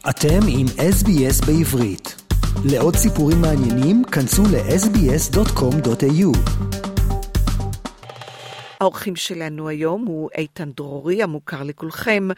אתם עם SBS בעברית. לעוד סיפורים מעניינים, כנסו ל-sbs.com.au. האורחים שלנו היום הוא איתן דרורי, המוכר לכולכם,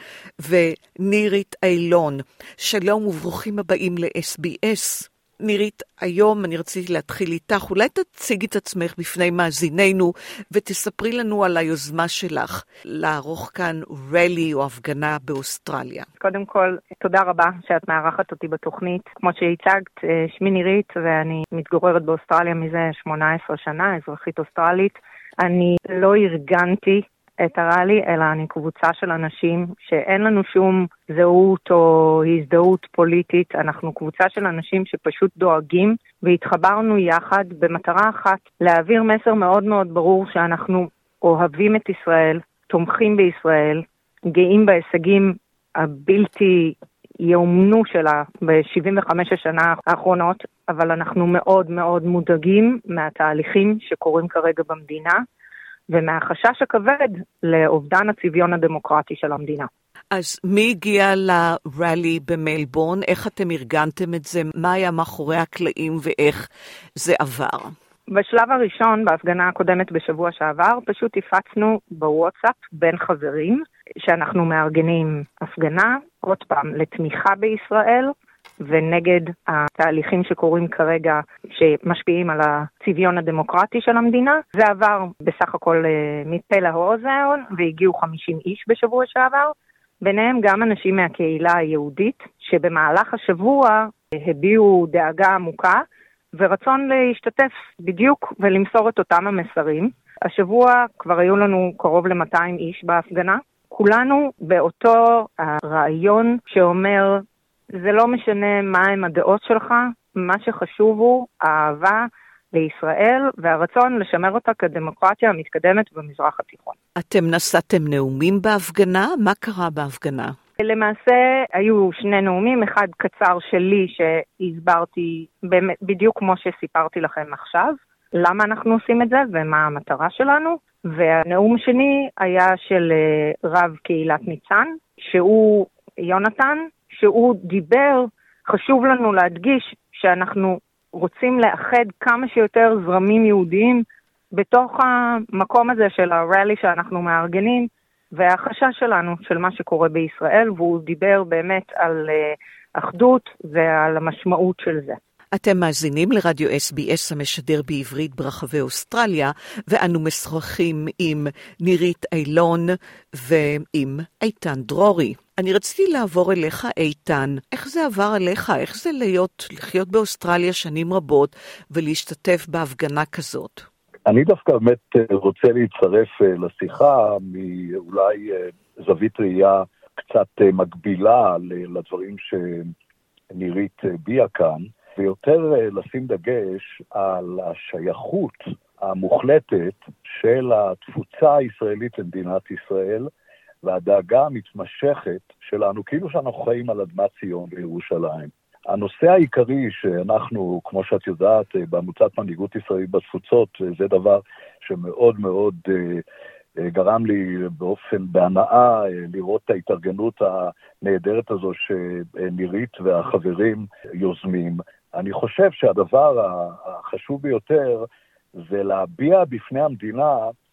ונירית אילון. שלום וברוכים הבאים ל-SBS. נירית, היום אני רציתי להתחיל איתך. אולי תציגי את עצמך בפני מאזיננו, ותספרי לנו על היוזמה שלך לערוך כאן רלי או הפגנה באוסטרליה. קודם כל, תודה רבה שאת מארחת אותי בתוכנית. כמו שהצגת, שמי נירית, ואני מתגוררת באוסטרליה מזה 18 שנה, אזרחית אוסטרלית. אני לא ארגנתי את הרלי, אלא אני קבוצה של אנשים שאין לנו שום זהות או הזדהות פוליטית. אנחנו קבוצה של אנשים שפשוט דואגים, והתחברנו יחד במטרה אחת, להעביר מסר מאוד מאוד ברור שאנחנו אוהבים את ישראל, תומכים בישראל, גאים בהישגים הבלתי יאומנו שלה ב-75 השנה האחרונות, אבל אנחנו מאוד מאוד מודאגים מהתהליכים שקורים כרגע במדינה, ומהחשש הכבד לאובדן הצביון הדמוקרטי של המדינה. אז מי הגיע לרלי במלבורן? איך אתם ארגנתם את זה? מה היה מאחורי הקלעים ואיך זה עבר? בשלב הראשון, בהפגנה הקודמת בשבוע שעבר, פשוט הפצנו בוואטסאפ בין חברים, שאנחנו מארגנים הפגנה, עוד פעם, לתמיכה בישראל, ונגד התהליכים שקורים כרגע שמשפיעים על הצביון הדמוקרטי של המדינה. זה עבר בסך הכל מפה לאוזן, והגיעו 50 איש בשבוע שעבר, ביניהם גם אנשים מהקהילה היהודית, שבמהלך השבוע הביעו דאגה עמוקה, ורצון להשתתף בדיוק ולמסור את אותם המסרים. השבוע כבר היו לנו קרוב ל-200 איש בהפגנה, כולנו באותו הרעיון שאומר, זה לא משנה מה הם הדעות שלך, מה שחשוב הוא האהבה לישראל והרצון לשמר אותה כדמוקרטיה המתקדמת במזרח התיכון. אתם נשאתם נאומים בהפגנה? מה קרה בהפגנה? למעשה היו שני נאומים, אחד קצר שלי שהסברתי בדיוק כמו שסיפרתי לכם עכשיו, למה אנחנו עושים את זה ומה המטרה שלנו, והנאום שני היה של רב קהילת ניצן, שהוא יונתן, שהוא דיבר, חשוב לנו להדגיש שאנחנו רוצים לאחד כמה שיותר זרמים יהודיים בתוך המקום הזה של הרלי שאנחנו מארגנים, והחשש שלנו של מה שקורה בישראל, והוא דיבר באמת על אחדות ועל המשמעות של זה. אתם מאזינים לרדיו SBS המשדר בעברית ברחבי אוסטרליה, ואנו משוחחים עם נירית אילון ועם איתן דרורי. אני רציתי לעבור אליך, איתן. איך זה עבר עליך? איך זה לחיות באוסטרליה שנים רבות ולהשתתף בהפגנה כזאת? אני דווקא באמת רוצה להצטרף לשיחה מאולי זווית ראייה קצת מקבילה לדברים שנירית ביאה כאן, ויותר לשים דגש על השייכות המוחלטת של התפוצה הישראלית למדינת ישראל, והדאגה המתמשכת שלנו, כאילו שאנחנו חיים על אדמת ציון בירושלים. הנושא העיקרי שאנחנו, כמו שאת יודעת, בעמותת מנהיגות ישראלית בתפוצות, זה דבר שמאוד מאוד גרם לי בהנאה לראות את ההתארגנות הנהדרת הזו שנירית והחברים יוזמים. אני חושב שהדבר החשוב ביותר זה להביע בפני המדינה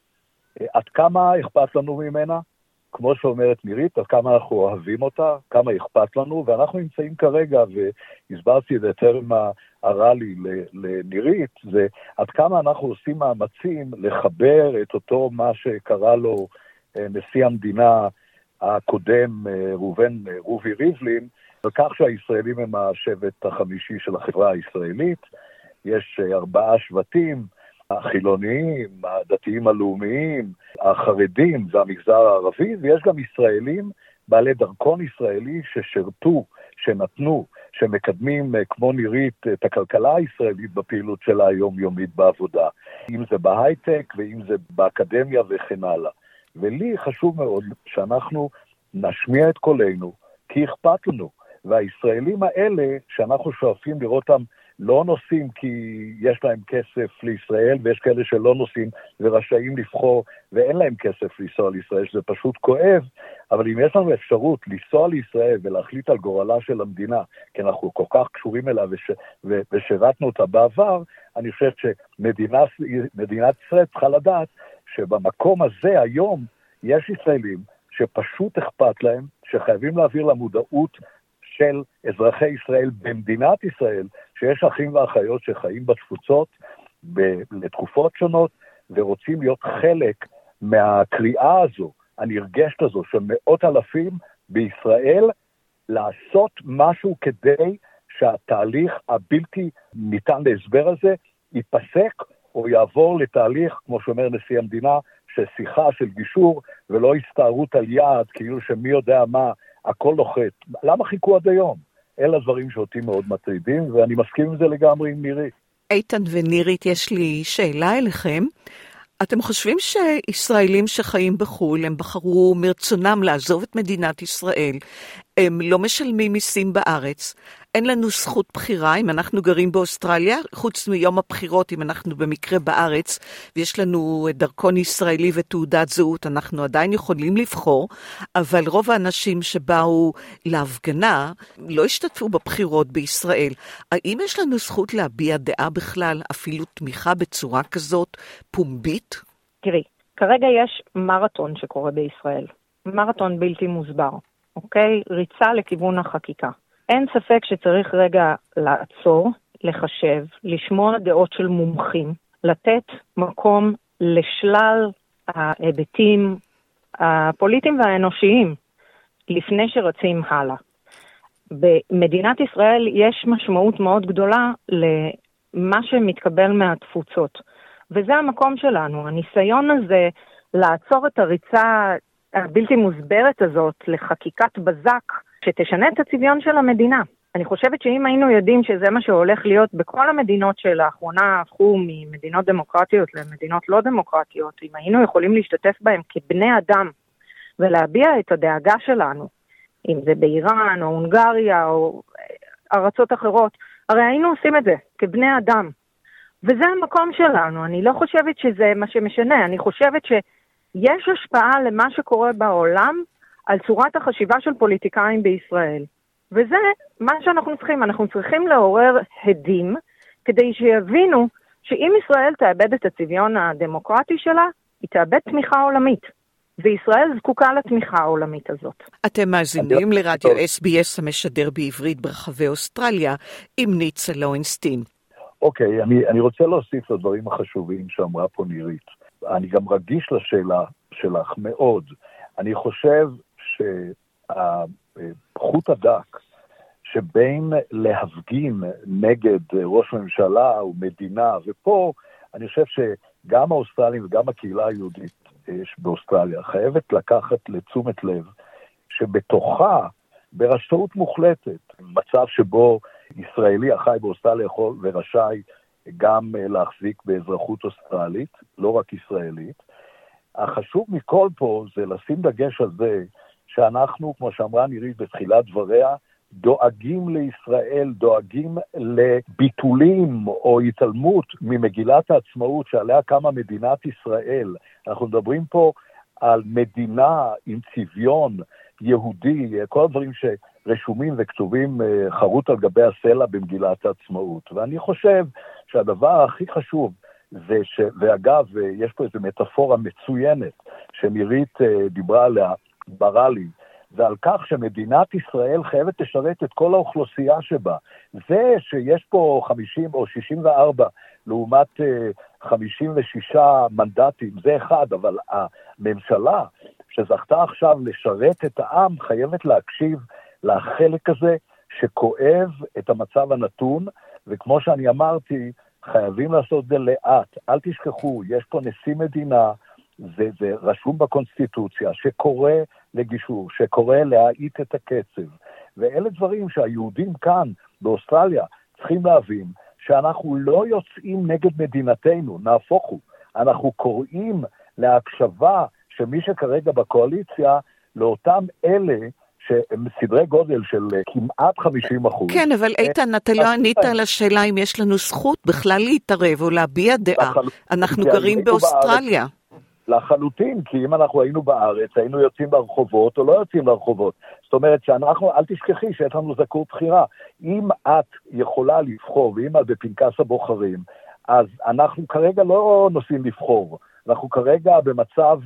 עד כמה אכפת לנו ממנה, כמו שאומרת נירית, עד כמה אנחנו אוהבים אותה, כמה אכפת לנו, ואנחנו נמצאים כרגע, והסברתי את זה טרם הרלי לנירית, זה עד כמה אנחנו עושים מאמצים לחבר את אותו מה שקרא לו נשיא המדינה הקודם, רובי ריבלין, וכך שהישראלים הם השבט החמישי של החברה הישראלית. יש 4 שבטים, החילוניים, הדתיים הלאומיים, החרדים והמגזר הערבי, ויש גם ישראלים בעלי דרכון ישראלי ששרתו, שנתנו, שמקדמים כמו נירית את הכלכלה הישראלית בפעילות שלה היומיומית בעבודה, אם זה בהייטק ואם זה באקדמיה וכן הלאה. ולי חשוב מאוד שאנחנו נשמיע את קולנו, כי אכפת לנו. והישראלים האלה שאנחנו שואפים לראות אותם לא נוסעים כי יש להם כסף לישראל, ויש כאלה שלא נוסעים ורשאים לבחור, ואין להם כסף לנסוע לישראל, שזה פשוט כואב, אבל אם יש לנו אפשרות לנסוע לישראל ולהחליט על גורלה של המדינה, כי אנחנו כל כך קשורים אליה ושרתנו אותה בעבר, אני חושב שמדינת ישראל צריכה לדעת שבמקום הזה היום יש ישראלים שפשוט אכפת להם, שחייבים להעביר למודעות של אזרחי ישראל במדינת ישראל, שיש אחים ואחיות שחיים בתפוצות לתקופות שונות, ורוצים להיות חלק מהקריאה הזו, הנרגשת הזו, של מאות אלפים בישראל, לעשות משהו כדי שהתהליך הבלתי ניתן להסבר הזה ייפסק, או יעבור לתהליך, כמו שאומר נשיא המדינה, של שיחה, של גישור, ולא הסתערות על יעד, כאילו שמי יודע מה, הכל לוחת. למה חיכו עד היום? אלה דברים שאותי מאוד מטרידים, ואני מסכים עם זה לגמרי עם נירית. איתן ונירית, יש לי שאלה אליכם. אתם חושבים שישראלים שחיים בחו"ל, הם בחרו מרצונם לעזוב את מדינת ישראל, הם לא משלמים מיסים בארץ, אין לנו זכות בחירה אם אנחנו גרים באוסטרליה, חוץ מיום הבחירות אם אנחנו במקרה בארץ, ויש לנו דרכון ישראלי ותעודת זהות, אנחנו עדיין יכולים לבחור, אבל רוב האנשים שבאו להפגנה לא השתתפו בבחירות בישראל. האם יש לנו זכות להביע דעה בכלל, אפילו תמיכה בצורה כזאת פומבית? תראי, כרגע יש מרתון שקורה בישראל, מרתון בלתי מוסבר, אוקיי? ריצה לכיוון החקיקה. אין ספק שצריך רגע לעצור, לחשב, לשמוע דעות של מומחים, לתת מקום לשלל ההיבטים הפוליטיים והאנושיים, לפני שרצים הלאה. במדינת ישראל יש משמעות מאוד גדולה למה שמתקבל מהתפוצות, וזה המקום שלנו. הניסיון הזה לעצור את הריצה הבלתי מוסברת הזאת לחקיקת בזק, שתשנה את הצביון של המדינה. אני חושבת שאם היינו יודעים שזה מה שהולך להיות בכל המדינות שלאחרונה הפכו ממדינות דמוקרטיות למדינות לא דמוקרטיות, אם היינו יכולים להשתתף בהם כבני אדם ולהביע את הדאגה שלנו, אם זה באיראן או הונגריה או ארצות אחרות, הרי היינו עושים את זה כבני אדם. וזה המקום שלנו. אני לא חושבת שזה מה שמשנה. אני חושבת שיש השפעה למה שקורה בעולם על צורת החשיבה של פוליטיקאים בישראל. וזה מה שאנחנו צריכים. אנחנו צריכים לעורר הדים כדי שיבינו שאם ישראל תאבד את הצביון הדמוקרטי שלה, היא תאבד תמיכה עולמית. וישראל זקוקה לתמיכה העולמית הזאת. אתם מאזינים לרדיו SBS המשדר בעברית ברחבי אוסטרליה עם ניצה לוינסטין. אוקיי, אני רוצה להוסיף לדברים החשובים שאמרה פה נירית. אני גם רגיש לשאלה שלך מאוד. אני חושב שהחוט הדק שבין להפגין נגד ראש ממשלה ומדינה, ופה אני חושב שגם האוסטרלים וגם הקהילה היהודית באוסטרליה חייבת לקחת לתשומת לב שבתוכה ברשעות מוחלטת, מצב שבו ישראלי החי באוסטרליה יכול ורשאי גם להחזיק באזרחות אוסטרלית, לא רק ישראלית. החשוב מכל פה זה לשים דגש על זה שאנחנו, כמו שאמרה נירית בתחילת דבריה, דואגים לישראל, דואגים לביטולים או התעלמות ממגילת העצמאות שעליה קמה מדינת ישראל. אנחנו מדברים פה על מדינה עם צביון יהודי, כל הדברים שרשומים וכתובים חרוט על גבי הסלע במגילת העצמאות. ואני חושב שהדבר הכי חשוב זה ואגב, יש פה איזו מטאפורה מצוינת שנירית דיברה עליה, ברא לי, ועל כך שמדינת ישראל חייבת לשרת את כל האוכלוסייה שבה. זה שיש פה 50 או 64 לעומת 56 מנדטים, זה אחד, אבל הממשלה שזכתה עכשיו לשרת את העם חייבת להקשיב לחלק הזה שכואב את המצב הנתון, וכמו שאני אמרתי, חייבים לעשות זה לאט. אל תשכחו, יש פה נשיא מדינה, זה רשום בקונסטיטוציה, שקורא לגישור, שקורא להאיט את הקצב. ואלה דברים שהיהודים כאן באוסטרליה צריכים להבין, שאנחנו לא יוצאים נגד מדינתנו, נהפוך הוא. אנחנו קוראים להקשבה שמי שכרגע בקואליציה, לאותם אלה שהם סדרי גודל של כמעט 50%. כן, אבל איתן, אתה לא ענית על השאלה אם יש לנו זכות בכלל להתערב או להביע דעה. אנחנו גרים באוסטרליה. לחלוטין, כי אם אנחנו היינו בארץ, היינו יוצאים לרחובות או לא יוצאים לרחובות. זאת אומרת שאנחנו, אל תשכחי שיש לנו זכות בחירה. אם את יכולה לבחור, ואם את בפנקס הבוחרים, אז אנחנו כרגע לא נוסעים לבחור. אנחנו כרגע במצב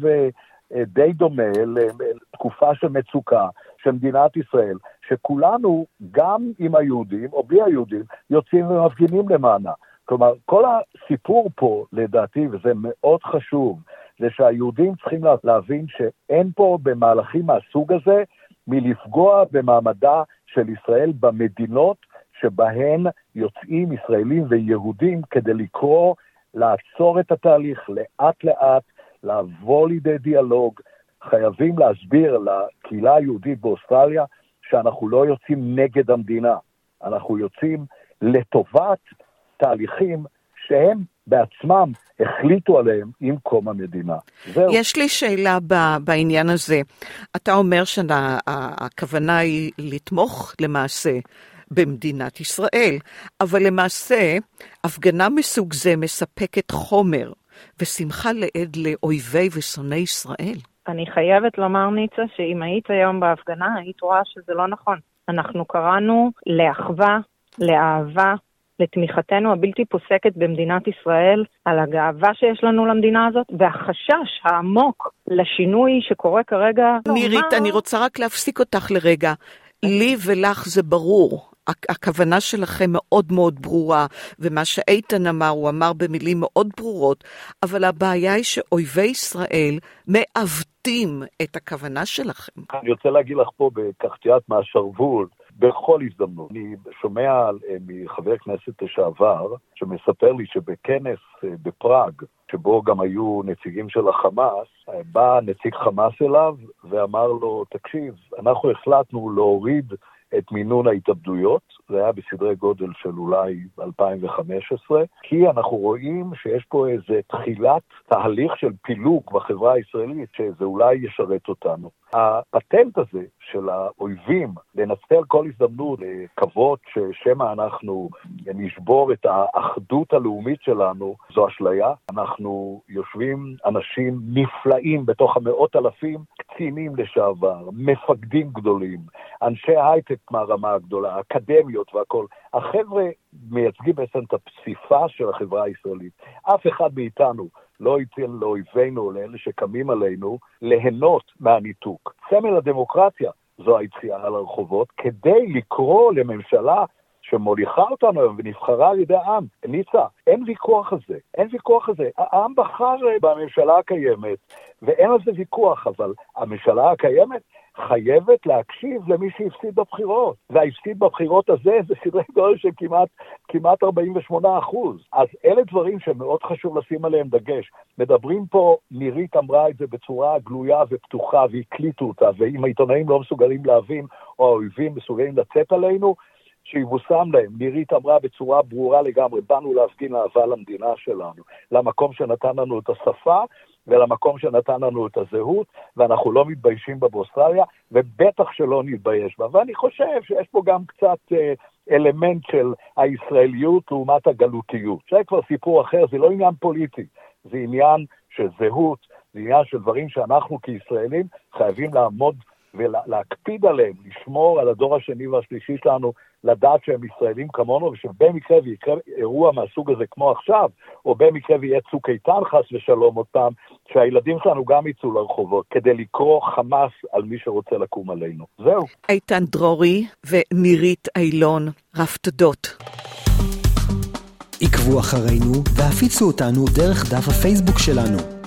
די דומה לתקופה של מצוקה של מדינת ישראל, שכולנו, גם עם היהודים או בלי היהודים, יוצאים ומפגינים למענה. כלומר, כל הסיפור פה, לדעתי, וזה מאוד חשוב, זה שהיהודים צריכים להבין שאין פה במהלכים מהסוג הזה מלפגוע במעמדה של ישראל במדינות שבהן יוצאים ישראלים ויהודים כדי לקרוא, לעצור את התהליך לאט לאט, לעבור לידי דיאלוג. חייבים להסביר לקהילה היהודית באוסטרליה שאנחנו לא יוצאים נגד המדינה, אנחנו יוצאים לטובת תהליכים שהם בעצמם החליטו עליהם עם קום המדינה. יש לי שאלה בעניין הזה. אתה אומר שהכוונה היא לתמוך למעשה במדינת ישראל, אבל למעשה הפגנה מסוג זה מספקת חומר ושמחה לעד לאויבי ושונאי ישראל. אני חייבת לומר, ניצה, שאם היית היום בהפגנה, היית רואה שזה לא נכון. אנחנו קראנו לאחווה, לאהבה, לתמיכתנו הבלתי פוסקת במדינת ישראל, על הגאווה שיש לנו למדינה הזאת, והחשש העמוק לשינוי שקורה כרגע. נירית, אני רוצה רק להפסיק אותך לרגע. לי ולך זה ברור. הכוונה שלכם מאוד מאוד ברורה, ומה שאיתן אמר, הוא אמר במילים מאוד ברורות, אבל הבעיה היא שאויבי ישראל מעוותים את הכוונה שלכם. אני רוצה להגיד לך פה בקחתיית מהשרוול, בכל הזדמנות. אני שומע מחבר כנסת לשעבר, שמספר לי שבכנס בפראג, שבו גם היו נציגים של החמאס, בא נציג חמאס אליו ואמר לו, תקשיב, אנחנו החלטנו להוריד את מינון ההתאבדויות, זה היה בסדרי גודל של אולי 2015, כי אנחנו רואים שיש פה איזה תחילת תהליך של פילוג בחברה הישראלית, שזה אולי ישרת אותנו. הפטנט הזה של האויבים לנצל כל הזדמנות לקוות ששמה אנחנו נשבור את האחדות הלאומית שלנו, זו אשליה. אנחנו יושבים אנשים נפלאים בתוך המאות אלפים, קצינים לשעבר, מפקדים גדולים, אנשי הייטק מהרמה הגדולה, אקדמיות והכל. החבר'ה מייצגים בעצם את הפסיפה של החברה הישראלית. אף אחד מאיתנו לא ייתן לאויבינו, לאלה שקמים עלינו, ליהנות מהניתוק. סמל הדמוקרטיה זו היציאה על הרחובות, כדי לקרוא לממשלה שמוליכה אותנו היום ונבחרה על ידי העם. ניצה, אין ויכוח הזה, אין ויכוח הזה. העם בחר בממשלה הקיימת, ואין על זה ויכוח, אבל הממשלה הקיימת חייבת להקשיב למי שהפסיד בבחירות. וההפסיד בבחירות הזה זה סדרי גודל של כמעט 48%. אז אלה דברים שמאוד חשוב לשים עליהם דגש. מדברים פה, נירית אמרה את זה בצורה גלויה ופתוחה, והקליטו אותה, ואם העיתונאים לא מסוגלים להבין, או האויבים מסוגלים לצאת עלינו, שיבוסם להם. נירית אמרה בצורה ברורה לגמרי, באנו להפגין אהבה למדינה שלנו, למקום שנתן לנו את השפה, ולמקום שנתן לנו את הזהות, ואנחנו לא מתביישים בה באוסטרליה, ובטח שלא נתבייש בה. ואני חושב שיש פה גם קצת אלמנט של הישראליות לעומת הגלותיות. זה כבר סיפור אחר, זה לא עניין פוליטי, זה עניין של זהות, זה עניין של דברים שאנחנו כישראלים חייבים לעמוד ולהקפיד עליהם, לשמור על הדור השני והשלישי שלנו, לדעת שהם ישראלים כמונו, ושבמקרה ויקרה אירוע מהסוג הזה כמו עכשיו, או במקרה ויהיה צוק איתן חס ושלום עוד פעם, שהילדים שלנו גם יצאו לרחובות, כדי לקרוא חמאס על מי שרוצה לקום עלינו. זהו. איתן דרורי ונירית אילון, רב תודות. עקבו אחרינו והפיצו אותנו דרך דף הפייסבוק שלנו.